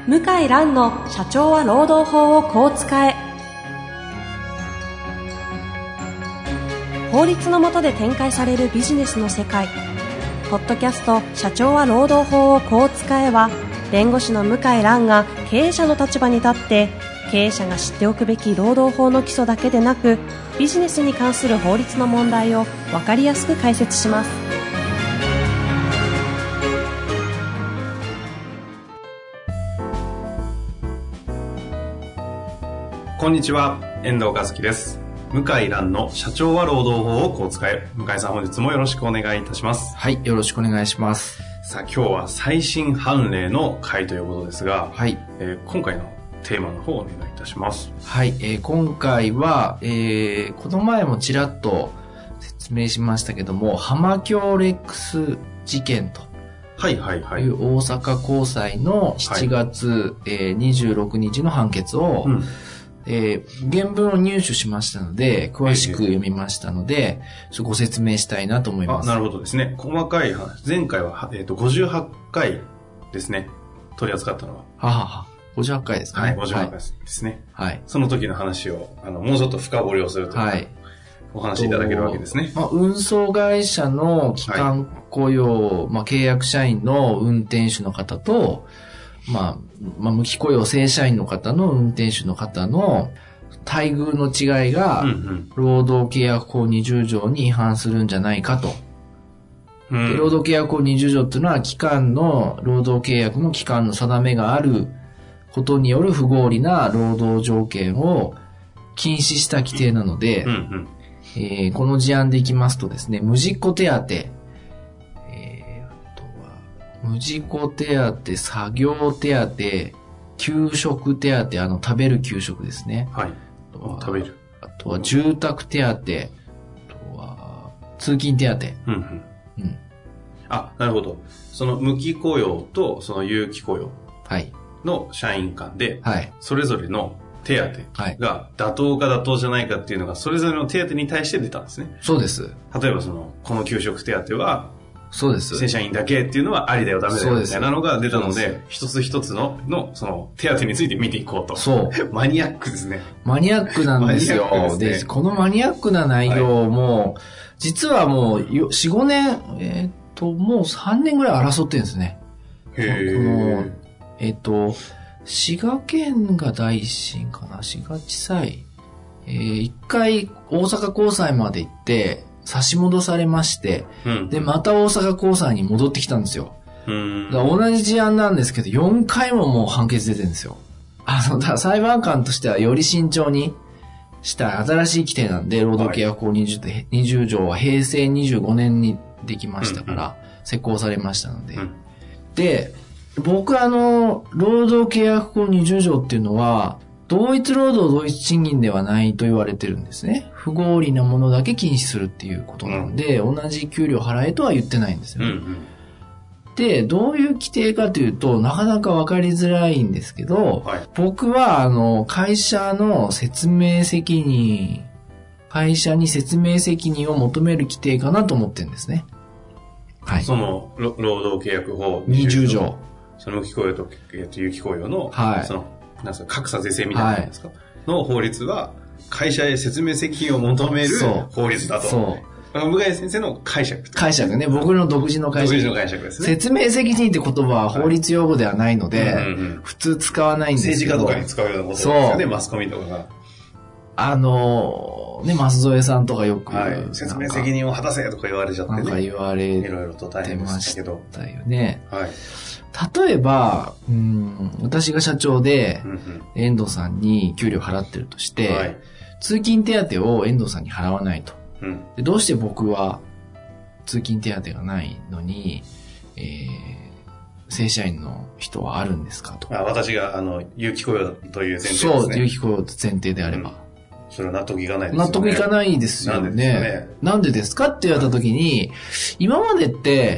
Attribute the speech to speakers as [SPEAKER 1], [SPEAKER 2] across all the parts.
[SPEAKER 1] 向井蘭の社長は労働法をこう使え。法律の下で展開されるビジネスの世界。ポッドキャスト社長は労働法をこう使えは、弁護士の向井蘭が経営者の立場に立って経営者が知っておくべき労働法の基礎だけでなく、ビジネスに関する法律の問題を分かりやすく解説します。
[SPEAKER 2] こんにちは、遠藤和樹です。向井蘭の社長は労働法をこう使え。向井さん、本日もよろしくお願いいたします。
[SPEAKER 3] はい、よろしくお願いします。
[SPEAKER 2] さあ、今日は最新判例の回ということですが、
[SPEAKER 3] はい、
[SPEAKER 2] 今回のテーマの方をお願いいたします。
[SPEAKER 3] はい、今回は、この前もちらっと説明しましたけども、浜京レックス事件という大阪高裁の7月、26日の判決を、原文を入手しましたので、詳しく読みましたので、ご説明したいなと思います。
[SPEAKER 2] なるほどですね。細かい話、前回は、58回ですね。取り扱ったのは。
[SPEAKER 3] 58回ですかね。
[SPEAKER 2] はい、58回ですね。
[SPEAKER 3] はい。
[SPEAKER 2] その時の話を、もうちょっと深掘りをすると、はい、お話しいただけるわけですね。
[SPEAKER 3] 運送会社の基幹雇用、契約社員の運転手の方と、無期雇用正社員の方の運転手の方の待遇の違いが、労働契約法20条に違反するんじゃないかと。で労働契約法20条っていうのは、労働契約の期間の定めがあることによる不合理な労働条件を禁止した規定なので、この事案でいきますとですね、無実行手当、無事故手当、作業手当、給食手当、食べる給食ですね。
[SPEAKER 2] はい。食べる。
[SPEAKER 3] あとは住宅手当、あとは通勤手当。
[SPEAKER 2] なるほど。その無期雇用とその有期雇用の社員間で、それぞれの手当が妥当か妥当じゃないかっていうのが、それぞれの手当に対して出たんですね。
[SPEAKER 3] そうです。
[SPEAKER 2] 例えばこの給食手当は、
[SPEAKER 3] そうです。
[SPEAKER 2] 正社員だけっていうのはありだよ、ダメだよ、みたいなのが出たので、一つ一つのその手当について見ていこうと。
[SPEAKER 3] そう。
[SPEAKER 2] マニアックですね。
[SPEAKER 3] マニアックなんですよ。で、このマニアックな内容も、実はもう4、5年、もう3年ぐらい争ってるんですね。滋賀県が大震かな、滋賀地裁。一回大阪高裁まで行って、差し戻されまして、で、また大阪高裁に戻ってきたんですよ。だから同じ事案なんですけど、4回ももう判決出てるんですよ。だから裁判官としてはより慎重にした新しい規定なんで、労働契約法20条は平成25年にできましたから、施行されましたので。で、僕労働契約法20条っていうのは、同一労働同一賃金ではないと言われてるんですね。不合理なものだけ禁止するっていうことなので、同じ給料払えとは言ってないんですよね。で、どういう規定かというと、なかなか分かりづらいんですけど、僕は会社の説明責任、会社に説明責任を求める規定かなと思ってるんですね。はい。
[SPEAKER 2] その労働契約法
[SPEAKER 3] 20条。
[SPEAKER 2] その無期雇用と有期雇用の、格差是正みたいなのですか、の法律は、会社へ説明責任を求める法律だと。そう。向井先生の解釈。
[SPEAKER 3] 解釈ね。僕の独自の解釈。
[SPEAKER 2] 独自の解釈ですね。
[SPEAKER 3] 説明責任って言葉は法律用語ではないので、普通使わないんですけど。
[SPEAKER 2] 政治家とかに使うようなことですよね、マスコミとかが。
[SPEAKER 3] 舛添さんとかよく、
[SPEAKER 2] 説明責任を果たせとか言われちゃってね。
[SPEAKER 3] なんか言われて
[SPEAKER 2] いろいろと大変でしたけど。
[SPEAKER 3] だよね。例えば、私が社長で、遠藤さんに給料払ってるとして、通勤手当を遠藤さんに払わないと。でどうして僕は通勤手当がないのに、正社員の人はあるんですかと。
[SPEAKER 2] 私が、有期雇用という前提ですね。
[SPEAKER 3] そう、有期雇用前提であれば。
[SPEAKER 2] それは納得いかないですよね。
[SPEAKER 3] 納得いかないですよね。なんでですかって言われたときに、今までって、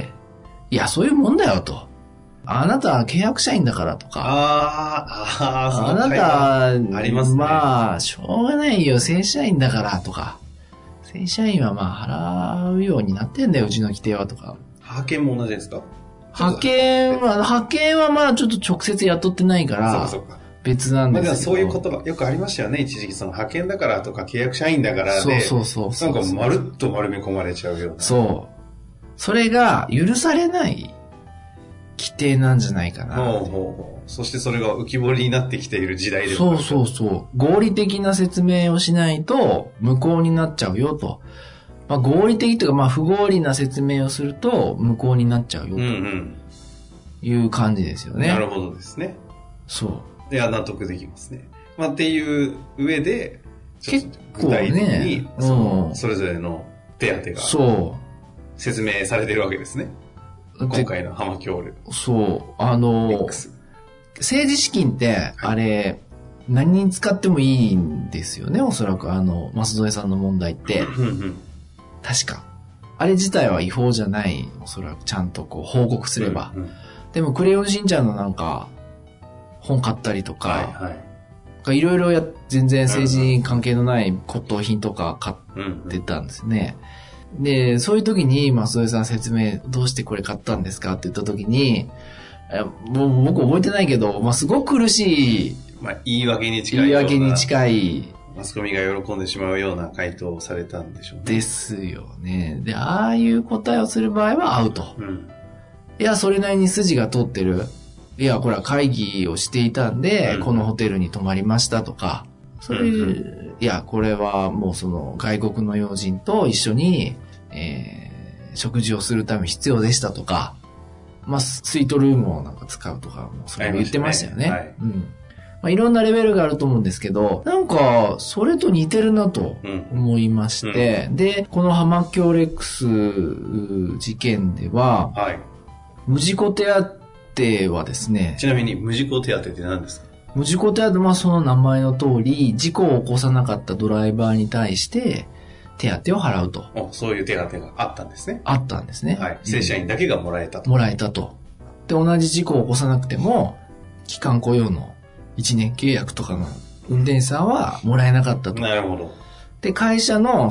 [SPEAKER 3] いや、そういうもんだよと。あなたは契約社員だからとか。あなた、ありますね。しょうがないよ、正社員だからとか。正社員は払うようになってんだよ、うちの規定はとか。
[SPEAKER 2] 派遣も同じですか？
[SPEAKER 3] 派遣はまあちょっと直接雇ってないから、そうか別なんですけど。
[SPEAKER 2] まあ、そういう言葉よくありましたよね。一時期その派遣だからとか契約社員だからで、なんかまるっと丸め込まれちゃうような。
[SPEAKER 3] そう。それが許されない規定なんじゃないかな。
[SPEAKER 2] そしてそれが浮き彫りになってきている時代で。
[SPEAKER 3] そう。合理的な説明をしないと無効になっちゃうよと。まあ合理的というかまあ不合理な説明をすると無効になっちゃうよという感じですよね。
[SPEAKER 2] なるほどですね。
[SPEAKER 3] そう。
[SPEAKER 2] いや、納得できますね。まあっていう上で、
[SPEAKER 3] 結構ね、具体的に
[SPEAKER 2] それぞれの手当が説明されてるわけですね。今回の浜協力。
[SPEAKER 3] そう。政治資金って、あれ、何に使ってもいいんですよね、おそらく。舛添さんの問題って。確か。あれ自体は違法じゃない、おそらくちゃんとこう報告すれば。でも、クレヨンしんちゃんのなんか、本買ったりとか、いろいろ全然政治に関係のない骨董品とか買ってたんですね。で、そういう時に、舛添さん説明、どうしてこれ買ったんですかって言った時に、もう僕覚えてないけど、まあ、すごく苦しい。
[SPEAKER 2] まあ、言い訳に近
[SPEAKER 3] い。
[SPEAKER 2] マスコミが喜んでしまうような回答をされたんでしょうね。
[SPEAKER 3] ですよね。で、ああいう答えをする場合はアウト。いや、それなりに筋が通ってる。いや、これは会議をしていたんで、このホテルに泊まりましたとか、そういう、いや、これはもうその外国の要人と一緒に、食事をするため必要でしたとか、まあ、スイートルームをなんか使うとかも、それも言ってましたよね。まあ、いろんなレベルがあると思うんですけど、なんか、それと似てるなと思いまして、で、この浜協レックス事件では、無事故手当はですね。
[SPEAKER 2] ちなみに、無事故手当って何ですか？
[SPEAKER 3] 無事故手当はその名前の通り、事故を起こさなかったドライバーに対して、手当を払うと。
[SPEAKER 2] そういう手当があったんですね。
[SPEAKER 3] あったんですね。
[SPEAKER 2] 正社員だけがもらえたと。
[SPEAKER 3] もらえたと。で、同じ事故を起こさなくても、期間雇用の1年契約とかの運転手さんはもらえなかったと。
[SPEAKER 2] なるほど。
[SPEAKER 3] で、会社の、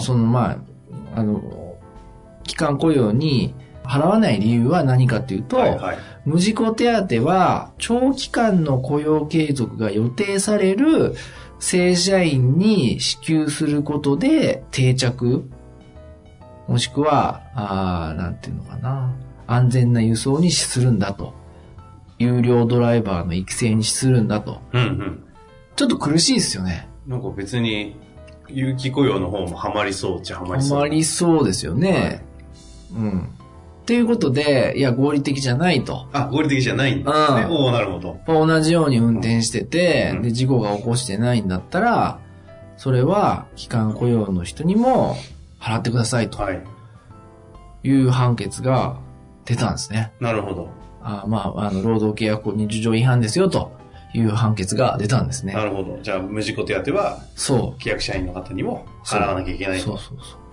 [SPEAKER 3] 期間雇用に払わない理由は何かというと、無事故手当は、長期間の雇用継続が予定される正社員に支給することで定着、もしくは、なんていうのかな、安全な輸送に資するんだと。有料ドライバーの育成に資するんだと。ちょっと苦しいですよね。
[SPEAKER 2] なんか別に、有期雇用の方もハマりそうっちゃハマりそう。
[SPEAKER 3] ハマりそうですよね。ということで、いや、合理的じゃないと。
[SPEAKER 2] 合理的じゃないんですね。なるほど。
[SPEAKER 3] 同じように運転してて、で、事故が起こしてないんだったら、それは、期間雇用の人にも払ってくださいと。いう判決が出たんですね。
[SPEAKER 2] なるほど。
[SPEAKER 3] 労働契約法20条違反ですよという判決が出たんですね。
[SPEAKER 2] なるほど。じゃあ、無事故手当は、契約社員の方にも払わなきゃいけないと。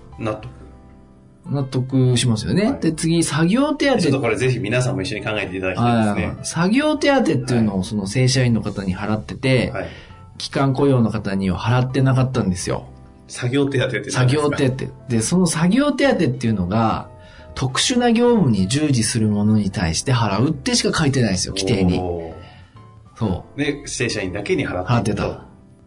[SPEAKER 2] 納
[SPEAKER 3] 得しますよね。で、次、作業手当。
[SPEAKER 2] ちょっとこれぜひ皆さんも一緒に考えていただきたいですね。
[SPEAKER 3] 作業手当っていうのをその正社員の方に払ってて、期間雇用の方には払ってなかったんですよ。
[SPEAKER 2] 作業手当って何ですか？
[SPEAKER 3] 作業手当。で、その作業手当っていうのが、特殊な業務に従事する者に対して払うってしか書いてないんですよ、規定に。そう。
[SPEAKER 2] で、正社員だけに払ってた。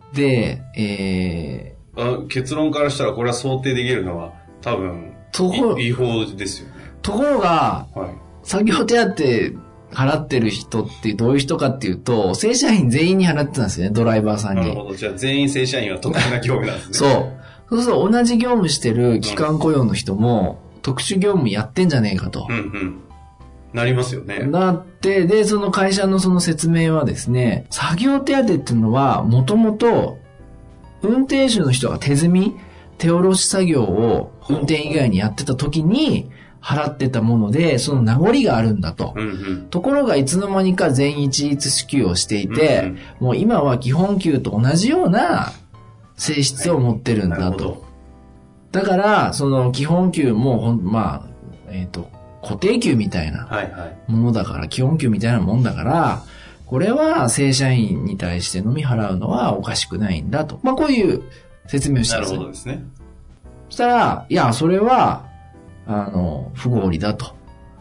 [SPEAKER 3] で、
[SPEAKER 2] 結論からしたらこれは想定できるのは多分、違法ですよね。
[SPEAKER 3] ところが、作業手当払ってる人ってどういう人かっていうと、正社員全員に払ってたんですよね、ドライバーさんに。
[SPEAKER 2] なるほど。じゃあ全員正社員は特殊な業務なんですね。
[SPEAKER 3] そう。そうすると同じ業務してる期間雇用の人も、特殊業務やってんじゃねえかと。
[SPEAKER 2] なりますよね。
[SPEAKER 3] なって、で、その会社のその説明はですね、作業手当っていうのは、もともと、運転手の人が手下ろし作業を運転以外にやってた時に払ってたもので、その名残があるんだと。ところがいつの間にか全員一律支給をしていて、もう今は基本給と同じような性質を持ってるんだと。だから、その基本給も、固定給みたいなものだから、基本給みたいなもんだから、これは正社員に対してのみ払うのはおかしくないんだと。こういう説明をしたんですよ。
[SPEAKER 2] なるほどですね。
[SPEAKER 3] そしたら、いや、それは、不合理だと。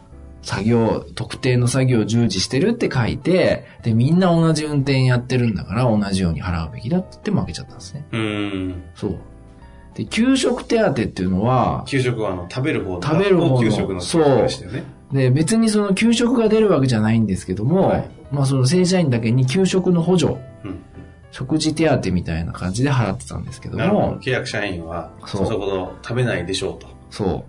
[SPEAKER 3] 特定の作業を従事してるって書いて、で、みんな同じ運転やってるんだから同じように払うべきだって言って負けちゃったんですね。そう。で、給食手当っていうのは、
[SPEAKER 2] 給食は食べる方の
[SPEAKER 3] 給食の手当でしたよね。そう。で、別にその給食が出るわけじゃないんですけども、はい、まあその正社員だけに給食の補助、食事手当みたいな感じで払ってたんですけども、
[SPEAKER 2] 契約社員はそこの食べないでしょうと。
[SPEAKER 3] そう。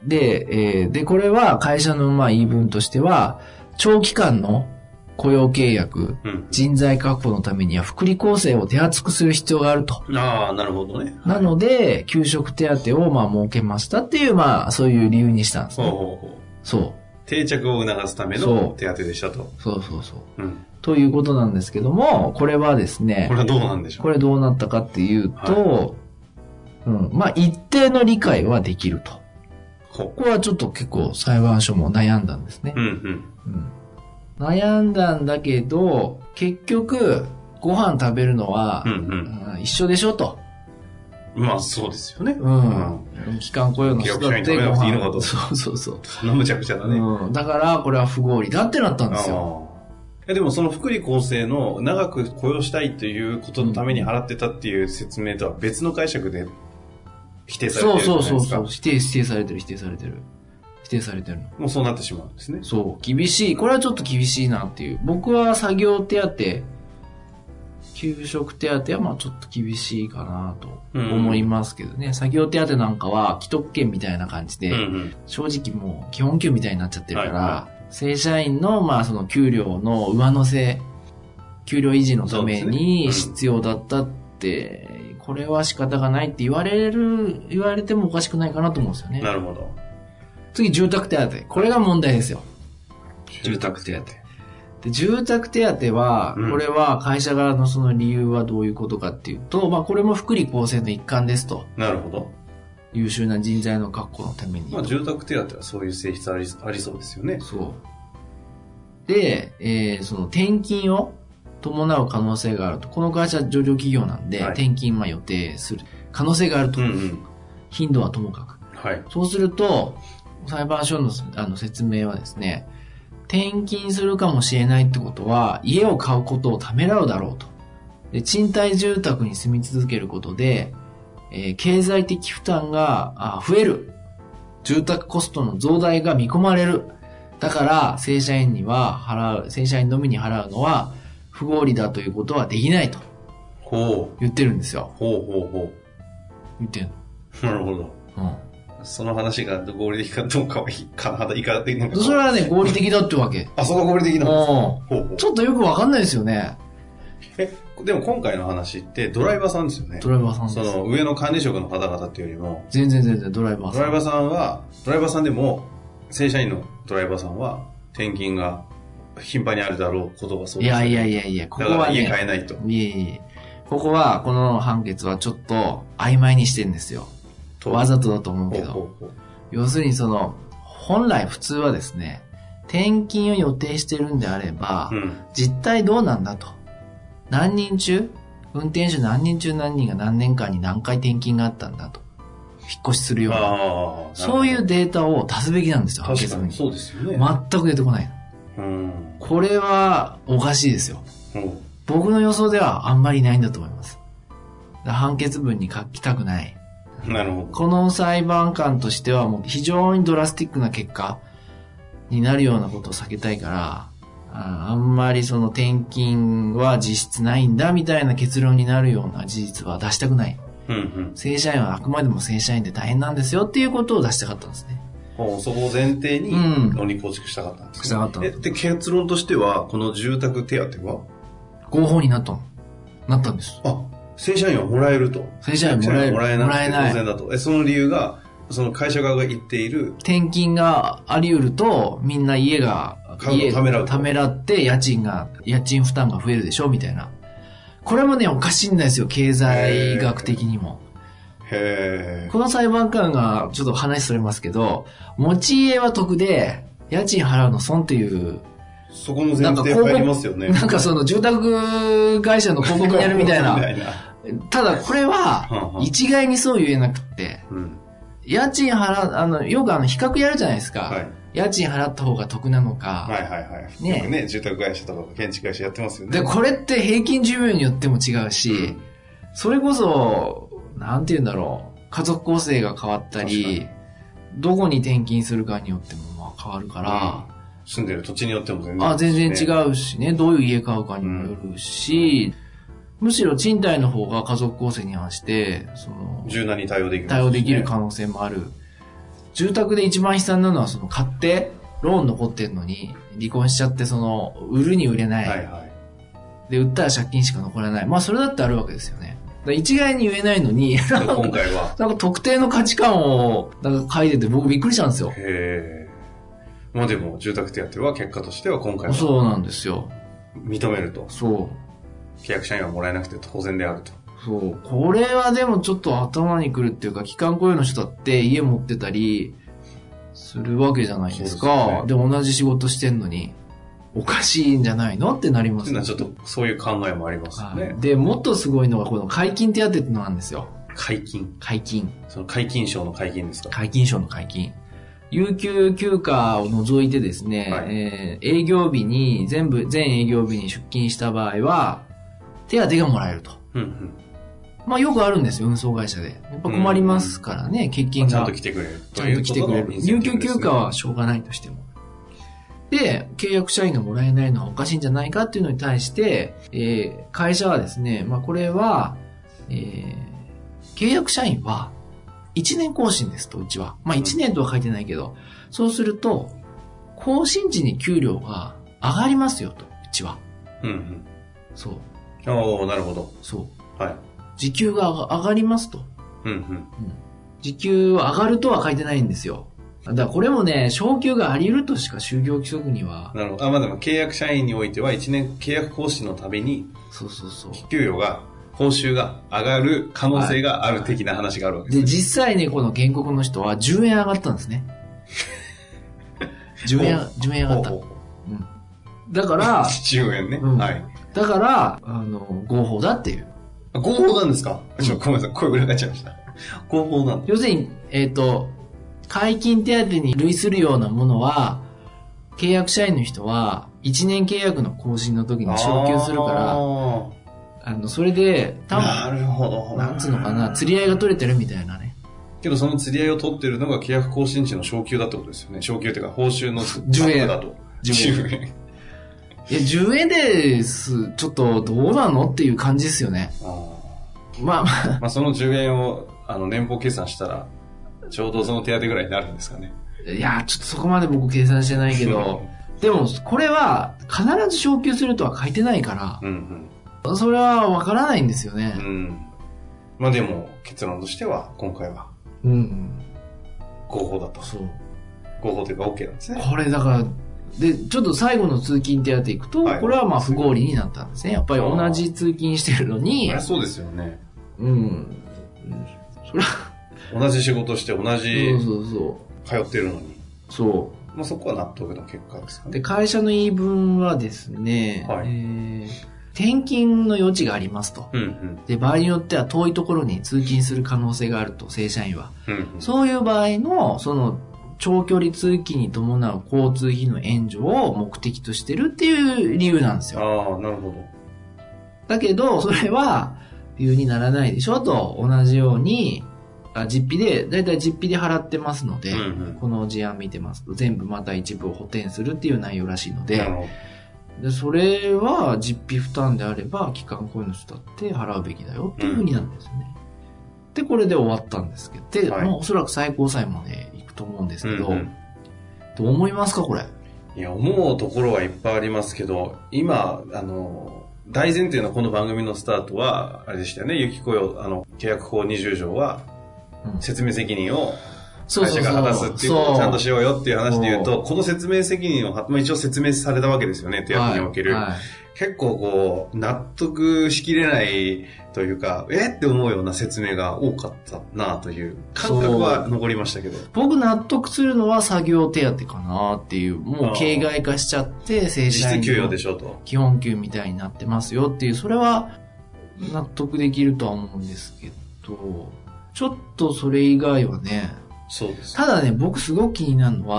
[SPEAKER 3] で、これは会社の言い分としては、長期間の雇用契約、人材確保のためには福利厚生を手厚くする必要があると。
[SPEAKER 2] ああ、なるほどね。
[SPEAKER 3] なので、給食手当を設けましたっていう、そういう理由にしたんですね。そう。
[SPEAKER 2] 定着を促すための手当でしたと。
[SPEAKER 3] そう。ということなんですけども、これはですね。
[SPEAKER 2] これはどうなんでしょう。
[SPEAKER 3] これどうなったかっていうと、一定の理解はできると。ここはちょっと結構裁判所も悩んだんですね。悩んだんだけど、結局、ご飯食べるのは、一緒でしょと。
[SPEAKER 2] まあそうですよね。
[SPEAKER 3] 期間雇用の人だってご飯。そう。
[SPEAKER 2] そんな無茶苦茶だね。
[SPEAKER 3] だからこれは不合理だってなったんですよ。
[SPEAKER 2] でもその福利厚生の長く雇用したいということのために払ってたっていう説明とは別の解釈で否定されてるじゃないですか。そう。否定されてるの。もうそうなってしまうんですね。
[SPEAKER 3] そう。厳しい。これはちょっと厳しいなっていう。僕は作業手当、給食手当はちょっと厳しいかなと思いますけどね。作業手当なんかは既得権みたいな感じで、正直もう基本給みたいになっちゃってるから、正社員のその給料の上乗せ、給料維持のために必要だったって、これは仕方がないって言われてもおかしくないかなと思うんですよね。
[SPEAKER 2] なるほど。
[SPEAKER 3] 次、住宅手当。これが問題ですよ。
[SPEAKER 2] 住宅手当。
[SPEAKER 3] で、住宅手当は、これは会社側のその理由はどういうことかっていうと、これも福利厚生の一環ですと。
[SPEAKER 2] なるほど。
[SPEAKER 3] 優秀な人材の確保のために。
[SPEAKER 2] 住宅手当はそういう性質ありそうですよね。
[SPEAKER 3] そう。で、その転勤を伴う可能性があると。この会社は上場企業なんで、転勤予定する可能性があると。頻度はともかく。そうすると、裁判所の説明はですね、転勤するかもしれないってことは、家を買うことをためらうだろうと。で、賃貸住宅に住み続けることで、経済的負担が増える。住宅コストの増大が見込まれる。だから、正社員のみに払うのは不合理だということはできないと。言ってるんですよ。言ってる
[SPEAKER 2] の。なるほど。その話が合理的かどうかはいかないのか。
[SPEAKER 3] それはね、合理的だってわけ。
[SPEAKER 2] そこが合理的なんですか。
[SPEAKER 3] ちょっとよくわかんないですよね。
[SPEAKER 2] でも今回の話ってドライバーさんですよね。
[SPEAKER 3] ドライバーさんです。
[SPEAKER 2] その上の管理職の方々っていうよりも。
[SPEAKER 3] 全然ドライバーさん。
[SPEAKER 2] ドライバーさんでも、正社員のドライバーさんは、転勤が頻繁にあるだろうことがそうです、ね。
[SPEAKER 3] いや、ここはね。
[SPEAKER 2] だから家買えないと。
[SPEAKER 3] ここは、この判決はちょっと曖昧にしてるんですよ。わざとだと思うけど。要するに本来普通はですね、転勤を予定してるんであれば、実態どうなんだと。運転手何人中何人が何年間に何回転勤があったんだと。引っ越しするような。そういうデータを足すべきなんですよ、判決に。
[SPEAKER 2] そうですよね。
[SPEAKER 3] 全く出てこないの。これはおかしいですよ。僕の予想ではあんまりないんだと思います。判決文に書きたくない。
[SPEAKER 2] なるほど。
[SPEAKER 3] この裁判官としてはもう非常にドラスティックな結果になるようなことを避けたいから、あんまり転勤は実質ないんだみたいな結論になるような事実は出したくない。正社員はあくまでも正社員で大変なんですよっていうことを出したかったんですね。
[SPEAKER 2] そこを前提に論理構築したかったんですね。したかったで、結論としてはこの住宅手当は
[SPEAKER 3] 合法になったんです。
[SPEAKER 2] 正社員はもらえると。
[SPEAKER 3] 正社員はもらえない。
[SPEAKER 2] 当然だと。その理由が、その会社側が言っている。
[SPEAKER 3] 転勤があり得ると、みんな家ためらって家賃負担が増えるでしょみたいな。これもね、おかしいんですよ、経済学的にも。この裁判官が、ちょっと話それますけど、持ち家は得で、家賃払うの損っていう、
[SPEAKER 2] そこの前提入りますよね。
[SPEAKER 3] 住宅会社の広告にやるみたいな。ただこれは、一概にそう言えなくって、家賃よく比較やるじゃないですか。 家賃払った方が得なのか。
[SPEAKER 2] はいはいはい。ね。よくね、住宅会社とか建築会社やってますよね。
[SPEAKER 3] で、これって平均寿命によっても違うし、それこそ、なんて言うんだろう、家族構成が変わったり、どこに転勤するかによってもまあ変わるから、
[SPEAKER 2] 住んでる土地によっても全然、
[SPEAKER 3] 全然違うしね、どういう家買うかにもよるし、むしろ賃貸の方が家族構成に合わせて、
[SPEAKER 2] 柔軟に対応できる、
[SPEAKER 3] 対応できる可能性もある。住宅で一番悲惨なのは、買って、ローン残ってんのに、離婚しちゃって、売るに売れない。はいはい。で、売ったら借金しか残らない。まあ、それだってあるわけですよね。一概に言えないのに、
[SPEAKER 2] 今回は。
[SPEAKER 3] なんか特定の価値観を、なんか書いてて、僕びっくりしたんですよ。
[SPEAKER 2] へー。まあでも、住宅手当は結果としては今回は。
[SPEAKER 3] そうなんですよ。
[SPEAKER 2] 認めると。
[SPEAKER 3] そう。
[SPEAKER 2] 契約社員はもらえなくて当然であると。
[SPEAKER 3] そう。これはでもちょっと頭にくるっていうか、期間雇用の人だって家持ってたりするわけじゃないですか。で、同じ仕事してんのに、おかしいんじゃないのってなります
[SPEAKER 2] ね。ちょっとそういう考えもありますよね。
[SPEAKER 3] で、もっとすごいのがこの解禁手当ってのなんですよ。
[SPEAKER 2] 解禁。
[SPEAKER 3] その
[SPEAKER 2] 解禁賞の解禁ですか？
[SPEAKER 3] 解禁賞の解禁。有給休暇を除いてですね、はい、営業日に全営業日に出勤した場合は、手当がもらえると。まあよくあるんですよ、運送会社で。やっぱ困りますからね、欠勤が。
[SPEAKER 2] ちゃんと来てくれる。
[SPEAKER 3] ちゃんと来てくれる。有給休暇はしょうがないとしても。で、契約社員がもらえないのはおかしいんじゃないかっていうのに対して、会社はですね、まあこれは、契約社員は1年更新ですと、うちは。まあ1年とは書いてないけど、そうすると、更新時に給料が上がりますよと、うちは。そう。
[SPEAKER 2] おー、なるほど。
[SPEAKER 3] そう。
[SPEAKER 2] はい。
[SPEAKER 3] 時給が上がりますと。時給上がるとは書いてないんですよ。だからこれもね、昇給があり得るとしか就業規則には。
[SPEAKER 2] なるほど。まあでも契約社員においては1年契約更新のたびに、給与が、報酬が上がる可能性がある的な話があるわけですね。
[SPEAKER 3] で、実際にこの原告の人は10円上がったんですね。10円上がった。だから、
[SPEAKER 2] 10円ね。はい。
[SPEAKER 3] だから、合法だっていう。
[SPEAKER 2] 合法なんですか？ごめんなさい、声裏返っちゃいました。合法なんだ。
[SPEAKER 3] 要するに、解禁手当に類するようなものは、契約社員の人は、1年契約の更新の時に昇給するから、それで、多分、
[SPEAKER 2] なるほど。
[SPEAKER 3] なんつうのかな、釣り合いが取れてるみたいなね。
[SPEAKER 2] けどその釣り合いを取ってるのが契約更新時の昇給だってことですよね。昇給っていうか、報酬の
[SPEAKER 3] 10円
[SPEAKER 2] だと。
[SPEAKER 3] 10円。10円です。ちょっとどうなのっていう感じですよね。ま
[SPEAKER 2] あその10円を年俸計算したらちょうどその手当ぐらいになるんですかね。
[SPEAKER 3] いやちょっとそこまで僕計算してないけどでもこれは必ず昇給するとは書いてないから、それは分からないんですよね。
[SPEAKER 2] まあでも結論としては今回は合法だと。
[SPEAKER 3] そう
[SPEAKER 2] 合法というか OK なんですね。
[SPEAKER 3] これだからで、ちょっと最後の通勤手当いくと、これはまあ不合理になったんですね。やっぱり同じ通勤してるのに。
[SPEAKER 2] そうですよね。
[SPEAKER 3] それは。
[SPEAKER 2] 同じ仕事して同じ。通ってるのに。
[SPEAKER 3] そう。
[SPEAKER 2] まあそこは納得の結果ですかね。
[SPEAKER 3] で、会社の言い分はですね、転勤の余地がありますと。で、場合によっては遠いところに通勤する可能性があると、正社員は。そういう場合の、長距離通勤に伴う交通費の援助を目的としてるっていう理由なんですよ。
[SPEAKER 2] なるほど。
[SPEAKER 3] だけど、それは理由にならないでしょと、同じように、実費で、だいたい実費で払ってますので、この事案見てますと、全部また一部を補填するっていう内容らしいので、それは実費負担であれば、期間雇用の人だって払うべきだよっていうふうになるんですよね。で、これで終わったんですけど、で、おそらく最高裁までと思うんですけど、どう思いますかこれ？
[SPEAKER 2] いや、思うところはいっぱいありますけど、今大前提のこの番組のスタートはあれでしたよね。有期雇用契約法20条は説明責任を会社が果たすっていうのをちゃんとしようよっていう話で言うと、この説明責任を一応説明されたわけですよね。手当における。結構こう納得しきれないというかって思うような説明が多かったなという感覚は残りましたけど、
[SPEAKER 3] 僕納得するのは作業手当かなっていう、もう形骸化しちゃって正社員の基本給みたいになってますよっていう、それは納得できるとは思うんですけど、ちょっとそれ以外はね。
[SPEAKER 2] そうです。
[SPEAKER 3] ただね、僕すごく気になるのは、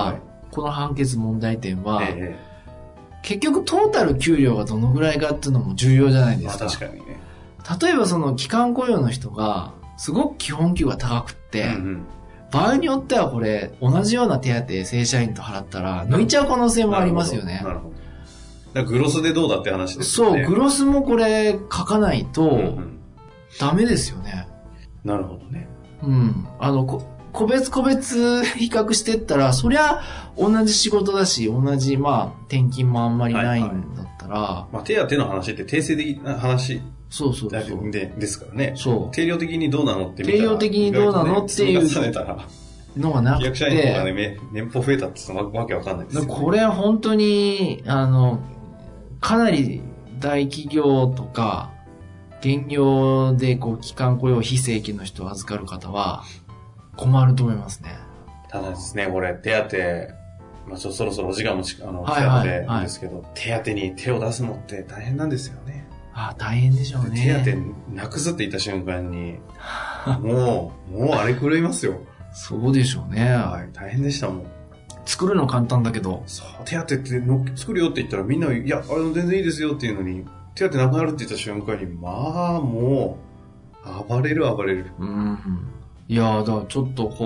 [SPEAKER 3] この判決問題点は、結局トータル給料がどのぐらいかっていうのも重要じゃないですか。
[SPEAKER 2] 確かにね。
[SPEAKER 3] 例えばその期間雇用の人がすごく基本給が高くって、場合によってはこれ同じような手当正社員と払ったら抜いちゃう可能性もありますよね。
[SPEAKER 2] なるほど。だからグロスでどうだって話ですよね。
[SPEAKER 3] そう、グロスもこれ書かないとダメですよね。
[SPEAKER 2] なるほどね。
[SPEAKER 3] 個別比較してったら、そりゃ同じ仕事だし、同じ転勤もあんまりないんだったら、
[SPEAKER 2] 手当の話って定性的な話ですからね。
[SPEAKER 3] そう。
[SPEAKER 2] 定量的にどうなのって見たら、
[SPEAKER 3] 定量的にどうなのっていうのがなくて、
[SPEAKER 2] 役社員とかね、年俸増えたってわけわかんないですよね。
[SPEAKER 3] これは本当にかなり大企業とか現業で期間雇用非正規の人を預かる方は困ると思いますね。
[SPEAKER 2] ただですね、これ手当、そろそろお時間も来たのでですけど、手当に手を出すのって大変なんですよね。
[SPEAKER 3] 大変でしょうね。
[SPEAKER 2] 手当なくすって言った瞬間に、もう荒れ狂いますよ。
[SPEAKER 3] そうでしょうね。
[SPEAKER 2] 大変でしたもん。
[SPEAKER 3] 作るの簡単だけど。
[SPEAKER 2] そう、手当って作るよって言ったらみんな、いや、全然いいですよっていうのに、手当なくなるって言った瞬間に、もう、暴れる。
[SPEAKER 3] いや、だからちょっと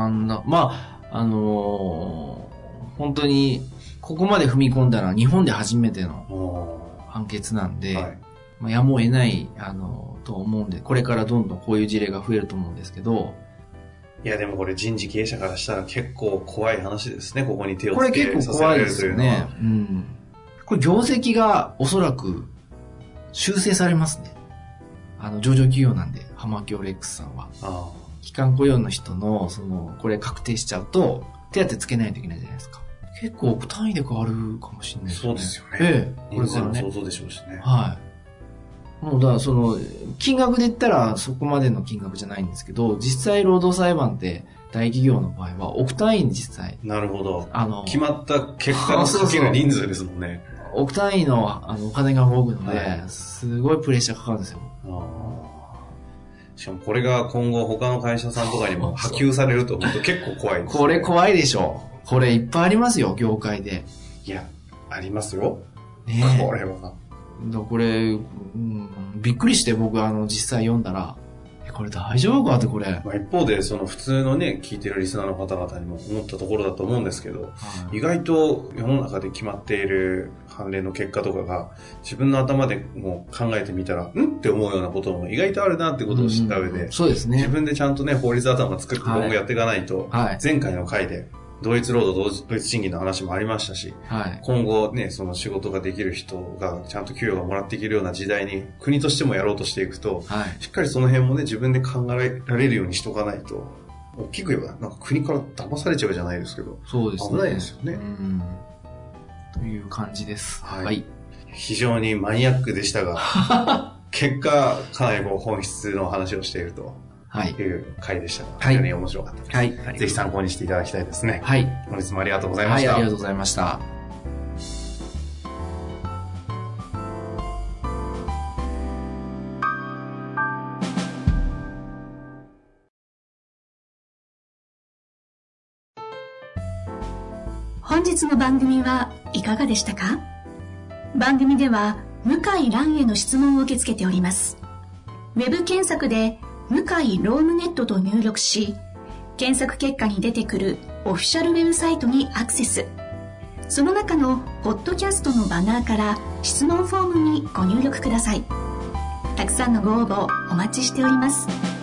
[SPEAKER 3] 本当に、ここまで踏み込んだのは日本で初めての判決なんで、やむを得ない、と思うんで、これからどんどんこういう事例が増えると思うんですけど、
[SPEAKER 2] いやでもこれ人事経営者からしたら結構怖い話ですね。ここに手を
[SPEAKER 3] つけさせられるというのは。これ結構怖いですよね。これ業績がおそらく修正されますね。上場企業なんで、浜京レックスさんは。期間雇用の人の、これ確定しちゃうと、手当つけないといけないじゃないですか。結構億単位で変わるかもしれないですね。
[SPEAKER 2] そうですよね。
[SPEAKER 3] これからね。
[SPEAKER 2] 想像でしょうしね。
[SPEAKER 3] もうだから金額で言ったらそこまでの金額じゃないんですけど、実際労働裁判って大企業の場合は億単位に実際。
[SPEAKER 2] なるほど。決まった結果のかける人数ですもんね。
[SPEAKER 3] 億単位のお金が動くので、すごいプレッシャーかかるんですよ。
[SPEAKER 2] しかもこれが今後他の会社さんとかにも波及されると本当結構怖いですね。
[SPEAKER 3] これ怖いでしょ。これいっぱいありますよ、業界で。
[SPEAKER 2] いや、ありますよ。これは。
[SPEAKER 3] これ、びっくりして僕実際読んだら、これ大丈夫かってこれ。
[SPEAKER 2] 一方で普通のね、聞いてるリスナーの方々にも思ったところだと思うんですけど、意外と世の中で決まっている判例の結果とかが自分の頭でも考えてみたら、って思うようなことも意外とあるなってことを知った上で、
[SPEAKER 3] そうですね。
[SPEAKER 2] 自分でちゃんとね、法律頭作って今後やっていかないと、前回の回で、同一労働同一賃金の話もありましたし、今後ね、その仕事ができる人がちゃんと給与がもらっていけるような時代に国としてもやろうとしていくと、しっかりその辺もね、自分で考えられるようにしとかないと、大きく言えばなんか国から騙されちゃうじゃないですけど、
[SPEAKER 3] そうですね。
[SPEAKER 2] 危ないですよね。
[SPEAKER 3] という感じです。
[SPEAKER 2] 非常にマニアックでしたが、結果かなり本質の話をしていると。いう回でした。非常に面白かったです。ぜひ参考にしていただきたいですね。本日もありがとうございました。
[SPEAKER 3] ありがとうございました。
[SPEAKER 4] 本日の番組はいかがでしたか？番組では向井蘭への質問を受け付けております。ウェブ検索で向井ロームネットと入力し、検索結果に出てくるオフィシャルウェブサイトにアクセス。その中のポッドキャストのバナーから質問フォームにご入力ください。たくさんのご応募お待ちしております。